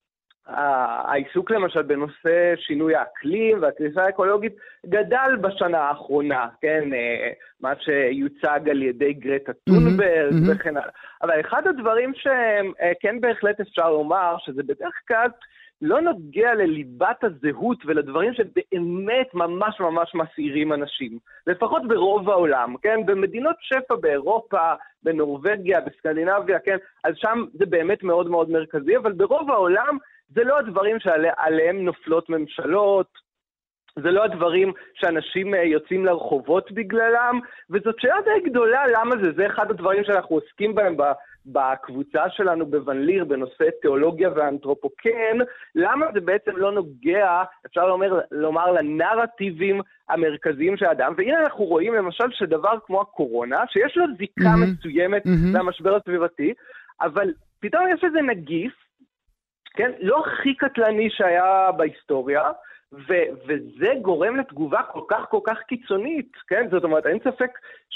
העיסוק למשל בנושא שינוי האקלים והקריסה האקולוגית גדל בשנה האחרונה, כן? אה, מה שיוצג על ידי גרטה טונברג mm-hmm, וכן הלאה. Mm-hmm. אבל אחד הדברים שכן בהחלט אפשר לומר, שזה בדרך כלל, לא נוגע לליבת הזהות ולדברים שבאמת ממש ממש מסעירים אנשים. לפחות ברוב העולם, כן? במדינות שפע באירופה, בנורווגיה, בסקנדינביה, כן? אז שם זה באמת מאוד מאוד מרכזי, אבל ברוב העולם זה לא הדברים שעליהם נופלות ממשלות, זה לא הדברים שאנשים יוצאים לרחובות בגללם, וזאת שאלה די גדולה למה זה, זה אחד הדברים שאנחנו עוסקים בהם בקבוצה שלנו בוונליר, בנושא תיאולוגיה ואנתרופוקן, למה זה בעצם לא נוגע, אפשר לומר, לומר לנרטיבים המרכזיים של האדם, והנה אנחנו רואים למשל שדבר כמו הקורונה, שיש לו זיקה mm-hmm. מסוימת mm-hmm. למשבר הסביבתי, אבל פתאום יש איזה נגיף, כן, לא הכי קטלני שהיה בהיסטוריה, ו- וזה גורם לתגובה כל כך כל כך קיצונית, כן? זאת אומרת, אין ספק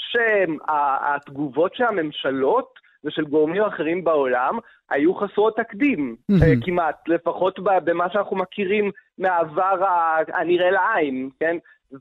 שהתגובות שהממשלות ושל גורמים אחרים בעולם היו חסרות תקדים, mm-hmm. כמעט, לפחות במה שאנחנו מכירים מהעבר הנראה לעין, כן?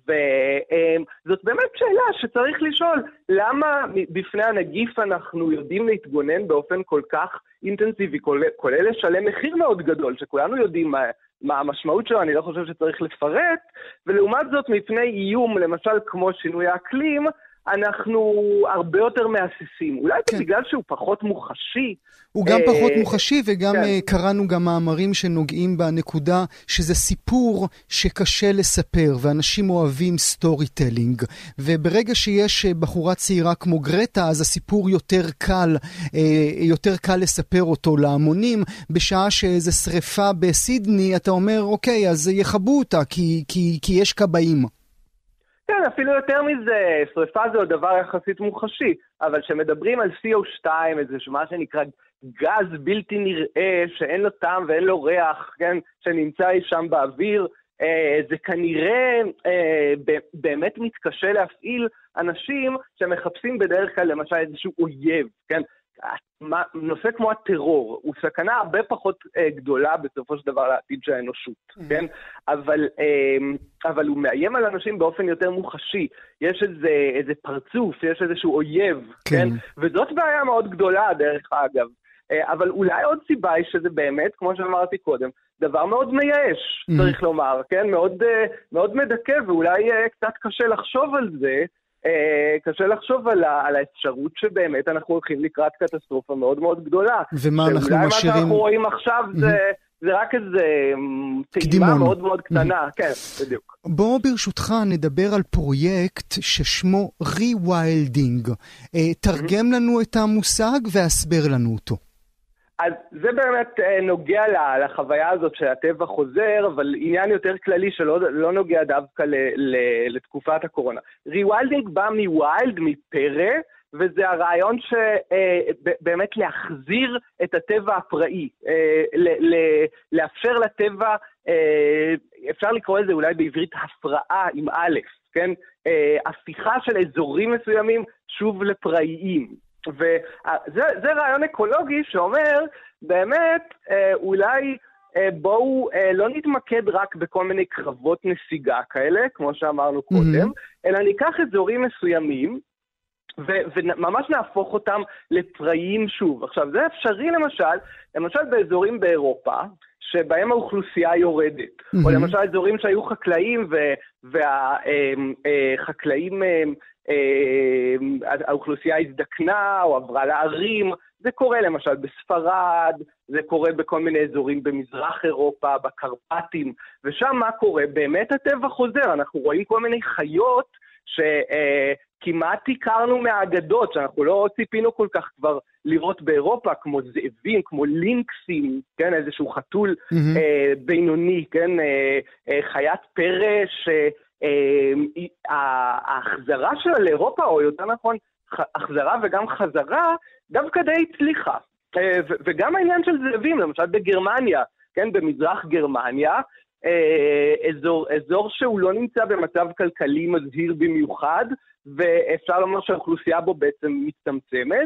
וזאת באמת שאלה שצריך לשאול, למה בפני הנגיף אנחנו יודעים להתגונן באופן כל כך אינטנסיבי, כולל לשלם מחיר מאוד גדול, שכולנו יודעים מה, מה המשמעות שלו, אני לא חושב שצריך לפרט, ולעומת זאת מפני איום, למשל כמו שינוי האקלים, אנחנו הרבה יותר מאססים. אולי כן. בגלל שהוא פחות מוחשי. הוא גם פחות מוחשי, וגם כן. קראנו גם מאמרים שנוגעים בנקודה שזה סיפור שקשה לספר, ואנשים אוהבים סטורי טלינג. וברגע שיש בחורה צעירה כמו גרטה, אז הסיפור יותר קל, יותר קל לספר אותו להמונים. בשעה שאיזו שריפה בסידני, אתה אומר, אוקיי, אז יחבו אותה, כי, כי, כי יש קבעים. כן, אפילו יותר מזה, שריפה זה עוד דבר יחסית מוחשי, אבל שמדברים על סי או שתיים, איזה מה שנקרא גז בלתי נראה, שאין לו טעם ואין לו ריח, כן, שנמצא שם באוויר, אה, זה כנראה אה, באמת מתקשה להפעיל אנשים שמחפשים בדרך כלל למשל איזשהו אויב, כן, נושא כמו הטרור, הוא סכנה הרבה פחות אה, גדולה בסופו של דבר לעתיד של האנושות, mm-hmm. כן? אבל, אה, אבל הוא מאיים על אנשים באופן יותר מוחשי, יש איזה, איזה פרצוף, יש איזשהו אויב, כן? כן? וזאת בעיה מאוד גדולה דרך אגב. אבל אולי עוד סיבה היא שזה באמת, כמו שאמרתי קודם, דבר מאוד מייאש, mm-hmm. צריך לומר, כן? מאוד, מאוד מדכא, ואולי קצת קשה לחשוב על זה, קשה לחשוב על, על האפשרות שבאמת אנחנו הולכים לקראת קטסטרופה מאוד מאוד גדולה. ומה אנחנו משאירים? מה שאנחנו רואים עכשיו mm-hmm. זה, זה רק איזה טעימה מאוד מאוד קטנה. Mm-hmm. כן, בדיוק. בוא ברשותך נדבר על פרויקט ששמו Rewilding. תרגם mm-hmm. לנו את המושג והסבר לנו אותו. אז זה באמת נוגע לחוויה הזאת שהטבע חוזר, אבל עניין יותר כללי שלא לא נוגע דווקא ל, ל, לתקופת הקורונה. ריווילדינג בא מווילד, מפרא, וזה הרעיון שבאמת להחזיר את הטבע הפראי, ל, ל, לאפשר לטבע, אפשר לקרוא לזה אולי בעברית הפרעה עם א', כן? הפיכה של אזורים מסוימים שוב לפראיים. וזה זה רעיון אקולוגי שאומר, באמת, אולי בואו לא נתמקד רק בכל מיני קרבות נסיגה כאלה, כמו שאמרנו קודם, mm-hmm. אלא ניקח אזורים מסוימים, ו- וממש נהפוך אותם לפראיים שוב. עכשיו, זה אפשרי למשל, למשל באזורים באירופה, שבהם האוכלוסייה יורדת, mm-hmm. או למשל אזורים שהיו חקלאים, והחקלאים... האוכלוסייה הזדקנה או עברה לערים, זה קורה למשל בספרד, זה קורה בכל מיני אזורים במזרח אירופה, בקרפטים, ושם מה קורה? באמת הטבע חוזר, אנחנו רואים כל מיני חיות שכמעט הכרנו מהאגדות, שאנחנו לא ציפינו כל כך כבר לראות באירופה, כמו זאבים, כמו לינקסים, כן, איזשהו חתול mm-hmm. אה, בינוני, כן, אה, אה, חיית פרא ש... ההחזרה שלה לאירופה, או יותר נכון, החזרה וגם חזרה, דווקא די הצליחה. וגם העניין של זאבים, למשל בגרמניה, כן, במזרח גרמניה, אזור, אזור שהוא לא נמצא במצב כלכלי מזהיר במיוחד, ואפשר לומר שהאוכלוסייה בו בעצם מצטמצמת,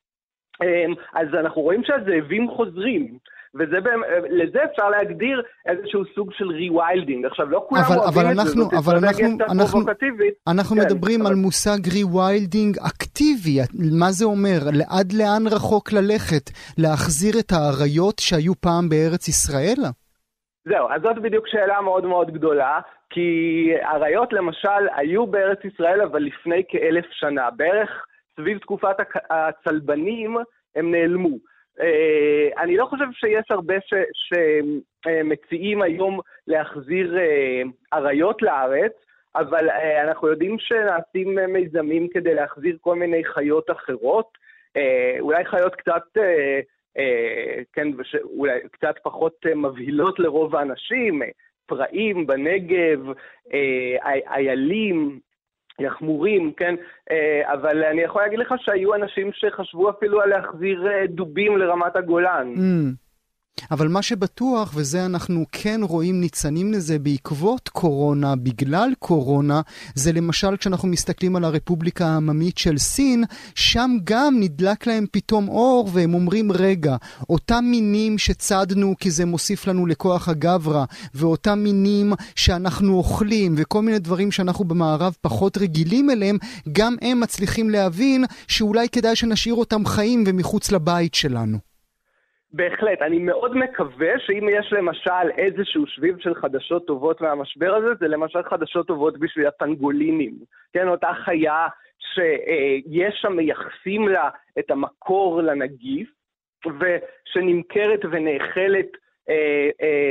אז אנחנו רואים שהזאבים חוזרים. ולזה אפשר להגדיר איזשהו סוג של ריווילדינג. עכשיו, לא כולם אוהבים את זה, זאת אסטרטגיה קצת פרובוקטיבית. אנחנו מדברים על מושג ריווילדינג אקטיבי. מה זה אומר? עד לאן רחוק ללכת? להחזיר את האריות שהיו פעם בארץ ישראל? זהו, אז זאת בדיוק שאלה מאוד מאוד גדולה, כי האריות למשל היו בארץ ישראל, אבל לפני כאלף שנה. בערך סביב תקופת הצלבנים הם נעלמו. Uh, אני לא חושב שיש הרבה שמציעים uh, היום להחזיר uh, אריות לארץ, אבל uh, אנחנו יודעים שנעשים uh, מיזמים כדי להחזיר כל מיני חיות אחרות, uh, אולי חיות קצת, uh, uh, כן, וש, אולי קצת פחות uh, מבהילות לרוב האנשים, uh, פראים בנגב, uh, איילים, יחמורים, כן? אבל אני יכול להגיד לך שהיו אנשים שחשבו אפילו על להחזיר דובים לרמת הגולן. Mm. אבל מה שבטוח, וזה אנחנו כן רואים ניצנים לזה בעקבות קורונה, בגלל קורונה, זה למשל כשאנחנו מסתכלים על הרפובליקה העממית של סין, שם גם נדלק להם פתאום אור, והם אומרים רגע, אותם מינים שצדנו כי זה מוסיף לנו לכוח הגברה, ואותם מינים שאנחנו אוכלים, וכל מיני דברים שאנחנו במערב פחות רגילים אליהם, גם הם מצליחים להבין שאולי כדאי שנשאיר אותם חיים ומחוץ לבית שלנו. בהחלט, אני מאוד מקווה שאם יש למשל איזשהו שביב של חדשות טובות מהמשבר הזה, זה למשל חדשות טובות בשביל הפנגולינים. כן, אותה חיה שיש שם מייחסים לה את המקור לנגיף, ושנמכרת ונאכלת אה,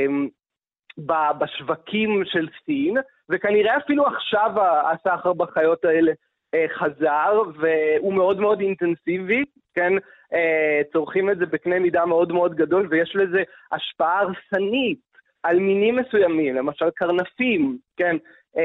אה, בשווקים של סין, וכנראה אפילו עכשיו הסחר בחיות האלה אה, חזר, והוא מאוד מאוד אינטנסיבי, כן, צורכים את זה בקנה מידה מאוד מאוד גדול, ויש לזה השפעה הרסנית על מינים מסוימים, למשל קרנפים, כן,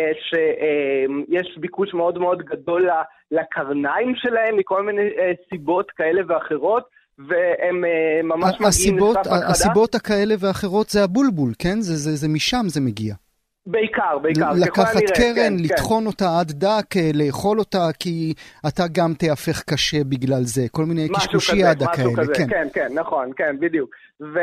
שיש ביקוש מאוד מאוד גדול לקרניים שלהם, מכל מיני סיבות כאלה ואחרות, והם ממש מגיעים לשפת הכחדה. הסיבות הכאלה ואחרות זה הבולבול, כן? זה, זה, זה משם זה מגיע. בעיקר, בעיקר. לקחת קרן, לטחון אותה עד דק, לאכול אותה, כי אתה גם תהפך קשה בגלל זה. כל מיני קשקושי ידה כאלה. משהו כזה, כן, כן, נכון, כן, בדיוק.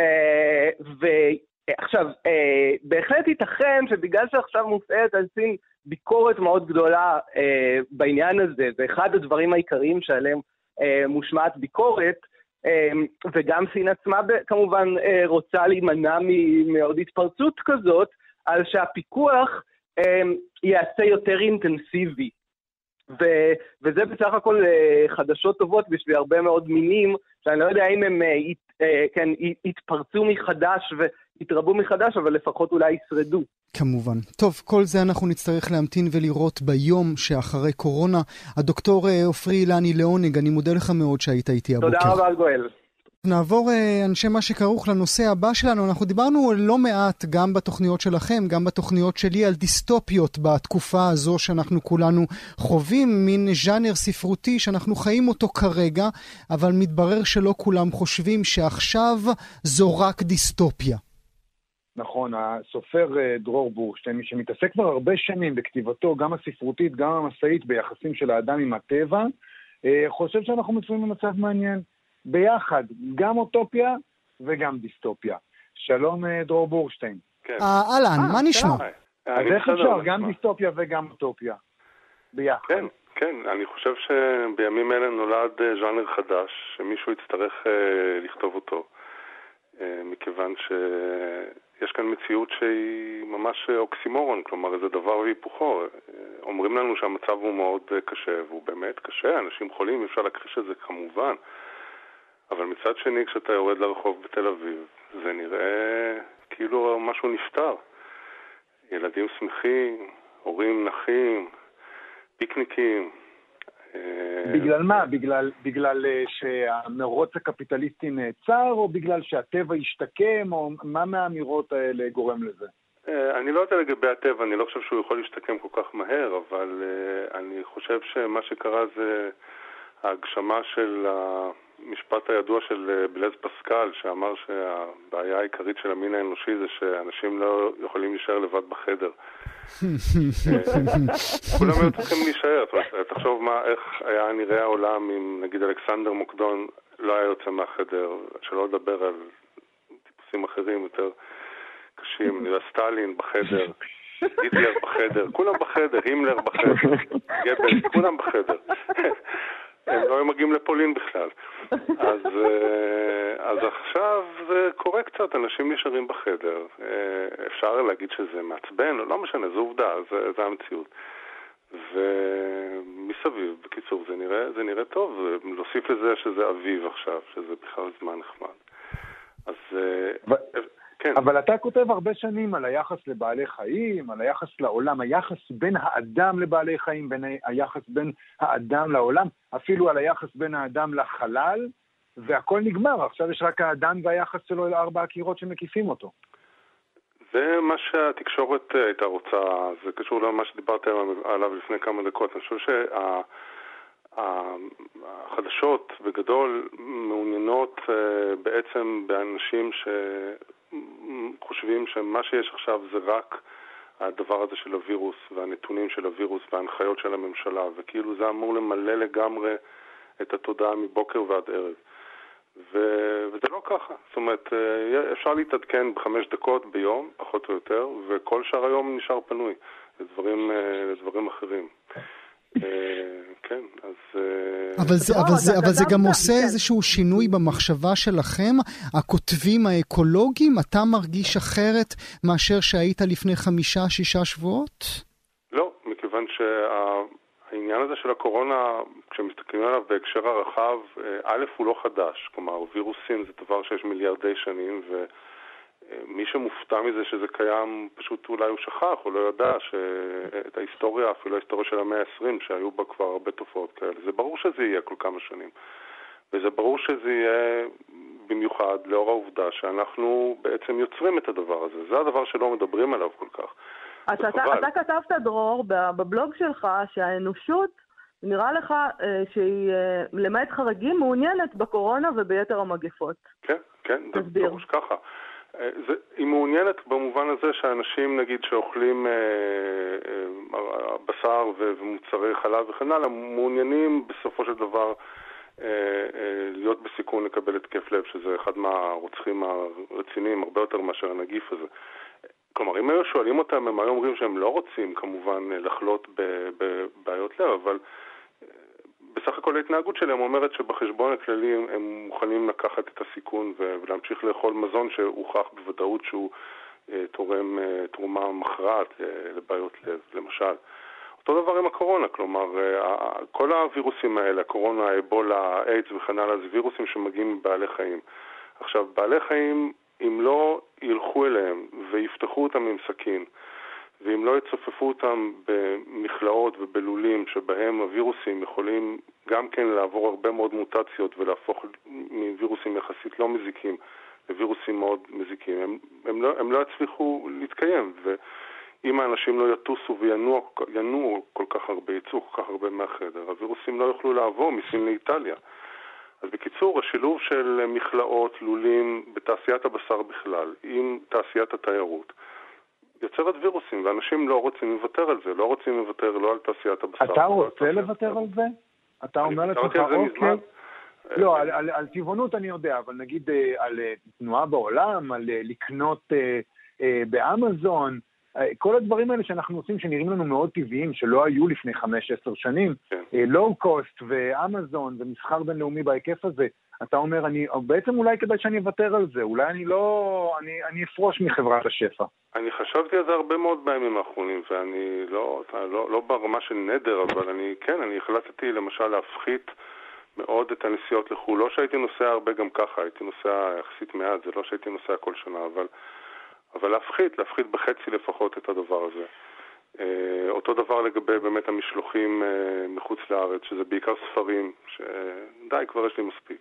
ועכשיו, בהחלט ייתכן שבגלל שעכשיו מופעלת על סין ביקורת מאוד גדולה בעניין הזה, ואחד הדברים העיקריים שעליהם מושמעת ביקורת, וגם סין עצמה כמובן רוצה להימנע מעוד התפרצות כזאת, על שהפיקוח יעשה יותר אינטנסיבי. ו- וזה בסך הכל חדשות טובות בשביל הרבה מאוד מינים, שאני לא יודע אם הם כן, יתפרצו מחדש ויתרבו מחדש, אבל לפחות אולי ישרדו. כמובן. טוב, כל זה אנחנו נצטרך להמתין ולראות ביום שאחרי קורונה. הדוקטור עופרי אילני לעונג, אני מודה לך מאוד שהיית איתי הבוקר. תודה רבה, גואל. נעבור אנשי מה שכרוך לנושא הבא שלנו. אנחנו דיברנו לא מעט גם בתוכניות שלכם, גם בתוכניות שלי, על דיסטופיות בתקופה הזו שאנחנו כולנו חווים, מין ז'אנר ספרותי שאנחנו חיים אותו כרגע, אבל מתברר שלא כולם חושבים שעכשיו זו רק דיסטופיה. נכון, הסופר דרור בורשטיין, שמתעסק כבר הרבה שנים בכתיבתו, גם הספרותית, גם המסעית, ביחסים של האדם עם הטבע, חושב שאנחנו מצויים במצב מעניין. ביחד, גם אוטופיה וגם דיסטופיה. שלום דרור בורשטיין. אהלן, מה נשמע? אז איך אפשר, גם דיסטופיה וגם אוטופיה? ביחד. כן, כן, אני חושב שבימים אלה נולד ז'אנר חדש, שמישהו יצטרך לכתוב אותו, מכיוון שיש כאן מציאות שהיא ממש אוקסימורון, כלומר איזה דבר והיפוכו. אומרים לנו שהמצב הוא מאוד קשה, והוא באמת קשה, אנשים חולים, אפשר להכחיש את זה כמובן. אבל מצד שני, כשאתה יורד לרחוב בתל אביב, זה נראה כאילו משהו נפטר. ילדים שמחים, הורים נחים, פיקניקים. בגלל מה? בגלל, בגלל שהמרוץ הקפיטליסטי נעצר, או בגלל שהטבע ישתקם, או מה מהאמירות האלה גורם לזה? אני לא יודע לגבי הטבע, אני לא חושב שהוא יכול להשתקם כל כך מהר, אבל אני חושב שמה שקרה זה ההגשמה של המשפט הידוע של בלז פסקל, שאמר שהבעיה העיקרית של המין האנושי זה שאנשים לא יכולים להישאר לבד בחדר. כולם היו צריכים להישאר. תחשוב מה, איך היה נראה העולם אם נגיד אלכסנדר מוקדון לא היה יוצא מהחדר, שלא לדבר על טיפוסים אחרים יותר קשים, נראה סטלין בחדר, היטלר בחדר, כולם בחדר, הימלר בחדר, גבלס, כולם בחדר. הם לא מגיעים לפולין בכלל. אז, אז עכשיו זה קורה קצת, אנשים נשארים בחדר. אפשר להגיד שזה מעצבן, או לא משנה, זו עובדה, זה, זה המציאות. ומסביב, בקיצור, זה נראה, זה נראה טוב. להוסיף לזה שזה אביב עכשיו, שזה בכלל זמן נחמד. אז... ו... כן. אבל אתה כותב הרבה שנים על היחס לבעלי חיים, על היחס לעולם, היחס בין האדם לבעלי חיים, בין היחס בין האדם לעולם, אפילו על היחס בין האדם לחלל, והכל נגמר. עכשיו יש רק האדם והיחס שלו אל ארבע הקירות שמקיפים אותו. זה מה שהתקשורת הייתה רוצה, זה קשור למה שדיברתי עליו לפני כמה דקות. אני חושב שהחדשות בגדול מעוניינות בעצם באנשים ש... חושבים שמה שיש עכשיו זה רק הדבר הזה של הווירוס והנתונים של הווירוס וההנחיות של הממשלה, וכאילו זה אמור למלא לגמרי את התודעה מבוקר ועד ערב. ו- וזה לא ככה. זאת אומרת, אפשר להתעדכן בחמש דקות ביום, פחות או יותר, וכל שאר היום נשאר פנוי לדברים, לדברים אחרים. כן, אז... אבל זה, אבל זה, אבל זה גם עושה איזשהו שינוי במחשבה שלכם, הכותבים האקולוגיים, אתה מרגיש אחרת מאשר שהיית לפני חמישה, שישה שבועות? לא, מכיוון שהעניין הזה של הקורונה, כשמסתכלים עליו בהקשר הרחב, א' הוא לא חדש, כלומר וירוסים זה דבר שיש מיליארדי שנים, ו... מי שמופתע מזה שזה קיים, פשוט אולי הוא שכח, הוא לא ידע שאת ההיסטוריה, אפילו ההיסטוריה של המאה ה-עשרים, שהיו בה כבר הרבה תופעות כאלה. זה ברור שזה יהיה כל כמה שנים. וזה ברור שזה יהיה במיוחד לאור העובדה שאנחנו בעצם יוצרים את הדבר הזה. זה הדבר שלא מדברים עליו כל כך. אז אתה, אתה כתבת, דרור, בבלוג שלך, שהאנושות נראה לך שהיא למעט חריגים מעוניינת בקורונה וביתר המגפות. כן, כן, זה ברור ככה. זה, היא מעוניינת במובן הזה שאנשים נגיד שאוכלים אה, אה, בשר ומוצרי חלב וכן הלאה, מעוניינים בסופו של דבר אה, אה, להיות בסיכון לקבל התקף לב, שזה אחד מהרוצחים הרציניים הרבה יותר מאשר הנגיף הזה. כלומר, אם היו שואלים אותם, הם היו אומרים שהם לא רוצים כמובן לחלות בבעיות לב, אבל בסך הכל ההתנהגות שלהם אומרת שבחשבון הכללי הם מוכנים לקחת את הסיכון ולהמשיך לאכול מזון שהוכח בוודאות שהוא תורם תרומה מכרעת לבעיות לב, למשל. אותו דבר עם הקורונה, כלומר, כל הווירוסים האלה, הקורונה, האבולה, האיידס וכן הלאה, זה וירוסים שמגיעים מבעלי חיים. עכשיו, בעלי חיים, אם לא ילכו אליהם ויפתחו אותם עם סכין, ואם לא יצופפו אותם במכלאות ובלולים שבהם הווירוסים יכולים גם כן לעבור הרבה מאוד מוטציות ולהפוך מווירוסים יחסית לא מזיקים לווירוסים מאוד מזיקים, הם, הם, לא, הם לא יצליחו להתקיים. ואם האנשים לא יטוסו וינועו כל כך הרבה, יצאו כל כך הרבה מהחדר, הווירוסים לא יוכלו לעבור מסין לאיטליה. אז בקיצור, השילוב של מכלאות, לולים, בתעשיית הבשר בכלל, עם תעשיית התיירות, יוצרת וירוסים, ואנשים לא רוצים לוותר על זה, לא רוצים לוותר לא על תעשיית הבשר. אתה רוצה לוותר על זה? אתה אומר לעצמך, אוקיי. לא, על טבעונות אני יודע, אבל נגיד על תנועה בעולם, על לקנות באמזון, כל הדברים האלה שאנחנו עושים שנראים לנו מאוד טבעיים, שלא היו לפני חמש עשר שנים, לואו קוסט ואמזון ומסחר בינלאומי בהיקף הזה, אתה אומר, אני, בעצם אולי כדאי שאני אוותר על זה, אולי אני לא, אני, אני אפרוש מחברת השפע. אני חשבתי על זה הרבה מאוד בימים האחרונים, ואני לא, לא, לא ברמה של נדר, אבל אני, כן, אני החלטתי למשל להפחית מאוד את הנסיעות לחו"ל. לא שהייתי נוסע הרבה גם ככה, הייתי נוסע יחסית מעט, זה לא שהייתי נוסע כל שנה, אבל, אבל להפחית, להפחית בחצי לפחות את הדבר הזה. אותו דבר לגבי באמת המשלוחים מחוץ לארץ, שזה בעיקר ספרים, שדי, כבר יש לי מספיק.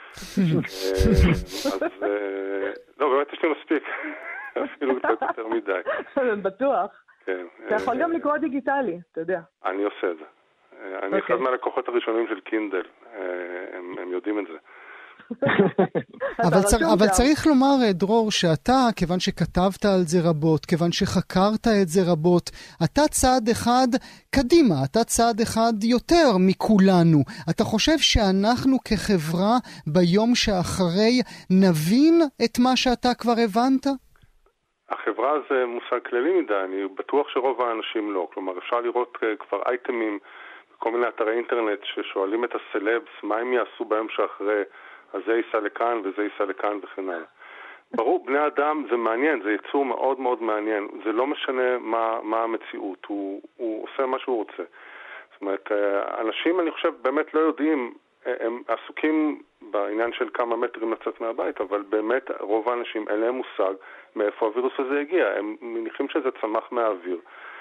אז לא, באמת יש לי מספיק, אפילו קצת יותר מדי. בטוח. אתה יכול גם לקרוא דיגיטלי, אתה יודע. אני עושה את זה. אני אחד מהלקוחות הראשונים של קינדל, הם יודעים את זה. אבל, צר, אבל צריך לומר, דרור, שאתה, כיוון שכתבת על זה רבות, כיוון שחקרת את זה רבות, אתה צעד אחד קדימה, אתה צעד אחד יותר מכולנו. אתה חושב שאנחנו כחברה ביום שאחרי נבין את מה שאתה כבר הבנת? החברה זה מושג כללי מדי, אני בטוח שרוב האנשים לא. כלומר, אפשר לראות כבר אייטמים בכל מיני אתרי אינטרנט ששואלים את הסלבס מה הם יעשו ביום שאחרי, אז זה ייסע לכאן וזה ייסע לכאן וכן הלאה. ברור, בני אדם זה מעניין, זה יצור מאוד מאוד מעניין. זה לא משנה מה, מה המציאות, הוא, הוא עושה מה שהוא רוצה. זאת אומרת, אנשים, אני חושב, באמת לא יודעים, הם עסוקים בעניין של כמה מטרים לצאת מהבית, אבל באמת רוב האנשים אין להם מושג מאיפה הווירוס הזה הגיע. הם מניחים שזה צמח מהאוויר.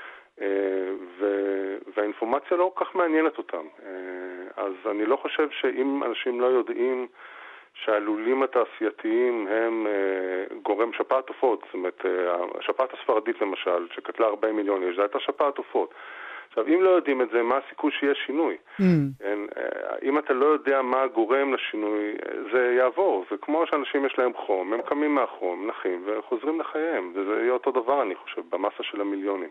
והאינפורמציה לא כך מעניינת אותם. אז אני לא חושב שאם אנשים לא יודעים שהלולים התעשייתיים הם גורם שפעת עופות, זאת אומרת, השפעת הספרדית למשל, שקטלה ארבעים מיליון איש, זה הייתה שפעת עופות. עכשיו, אם לא יודעים את זה, מה הסיכוי שיהיה שינוי? Mm. אם אתה לא יודע מה גורם לשינוי, זה יעבור. זה כמו שאנשים יש להם חום, הם קמים מהחום, נחים וחוזרים לחייהם. וזה יהיה אותו דבר, אני חושב, במסה של המיליונים.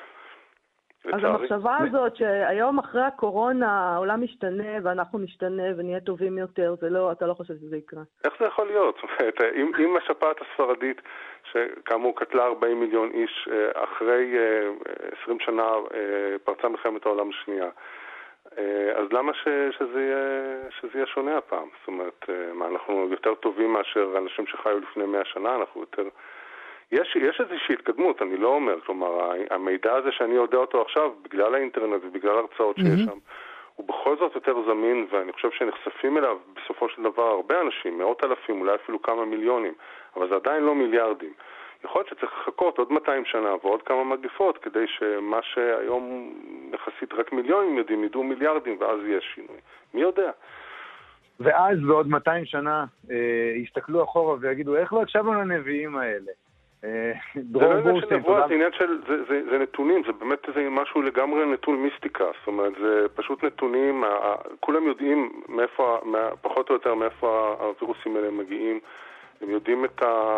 אז המחשבה הזאת שהיום אחרי הקורונה העולם משתנה ואנחנו משתנה ונהיה טובים יותר, זה לא, אתה לא חושב שזה יקרה. איך זה יכול להיות? אם, אם השפעת הספרדית, שכאמור קטלה ארבעים מיליון איש, אחרי עשרים שנה פרצה מלחמת העולם השנייה, אז למה ש, שזה, יהיה, שזה יהיה שונה הפעם? זאת אומרת, מה, אנחנו יותר טובים מאשר אנשים שחיו לפני מאה שנה, אנחנו יותר... יש, יש איזושהי התקדמות, אני לא אומר, כלומר, המידע הזה שאני יודע אותו עכשיו, בגלל האינטרנט ובגלל הרצאות שיש שם, הוא בכל זאת יותר זמין, ואני חושב שנחשפים אליו בסופו של דבר הרבה אנשים, מאות אלפים, אולי אפילו כמה מיליונים, אבל זה עדיין לא מיליארדים. יכול להיות שצריך לחכות עוד מאתיים שנה ועוד כמה מגפות, כדי שמה שהיום יחסית רק מיליונים יודעים, ידעו מיליארדים, ואז יהיה שינוי. מי יודע? ואז בעוד מאתיים שנה אה, יסתכלו אחורה ויגידו, איך לא הקשבנו לנביאים האלה? זה לא עניין של נבואה, זה עניין של, זה, זה, זה נתונים, זה באמת זה משהו לגמרי נתון מיסטיקה, זאת אומרת, זה פשוט נתונים, כולם יודעים מאיפה, פחות או יותר מאיפה הווירוסים האלה מגיעים, הם יודעים את ה,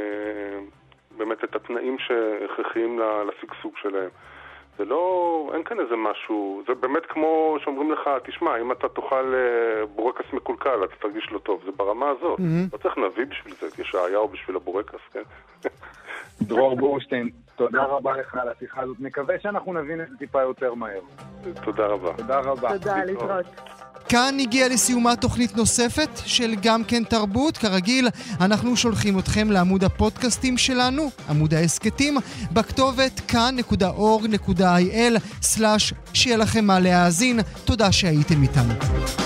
באמת את התנאים שהכרחיים לסגסוג שלהם. זה לא, אין כאן איזה משהו, זה באמת כמו שאומרים לך, תשמע, אם אתה תאכל בורקס מקולקל, אתה תרגיש לא טוב, זה ברמה הזאת. Mm-hmm. לא צריך נביא בשביל זה, ישעיהו בשביל הבורקס, כן? דרור בורשטיין, תודה רבה לך על השיחה הזאת. מקווה שאנחנו נבין את זה טיפה יותר מהר. תודה רבה. תודה רבה. תודה, להתראות. כאן הגיעה לסיומה תוכנית נוספת של גם כן תרבות. כרגיל, אנחנו שולחים אתכם לעמוד הפודקאסטים שלנו, עמוד העסקתים, בכתובת כאן נקודה אורג נקודה איי אל סלאש שיהיה לכם מה להאזין. תודה שהייתם איתנו.